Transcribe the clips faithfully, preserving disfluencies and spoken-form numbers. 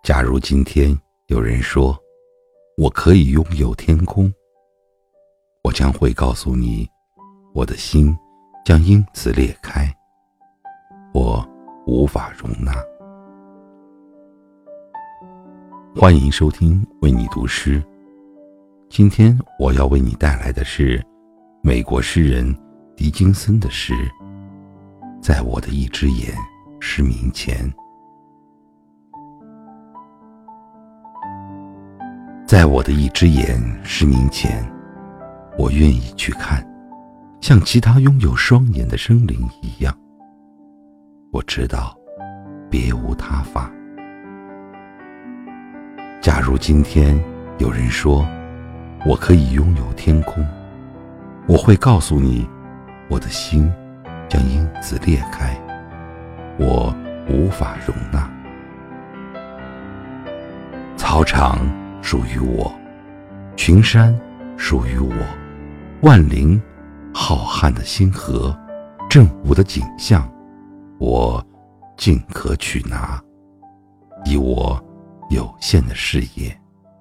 假如今天有人说我可以拥有天空，我将会告诉你，我的心将因此裂开，我无法容纳。欢迎收听为你读诗，今天我要为你带来的是美国诗人狄金森的诗，在我的一只眼失明前。在我的一只眼失明前，我愿意去看，像其他拥有双眼的生灵一样。我知道，别无他法。假如今天有人说，我可以拥有天空，我会告诉你，我的心将因此裂开，我无法容纳。草场属于我，群山属于我，万灵浩瀚的星河，正午的景象，我尽可取拿，以我有限的视野。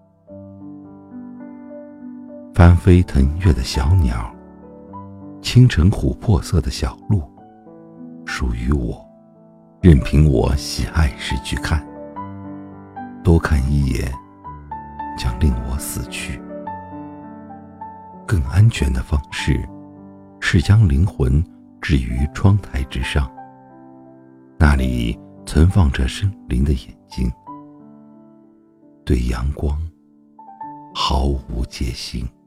翻飞腾跃的小鸟，清晨琥珀色的小鹿，属于我，任凭我喜爱时去看，多看一眼将令我死去。更安全的方式是将灵魂置于窗台之上，那里存放着生灵的眼睛，对阳光毫无戒心。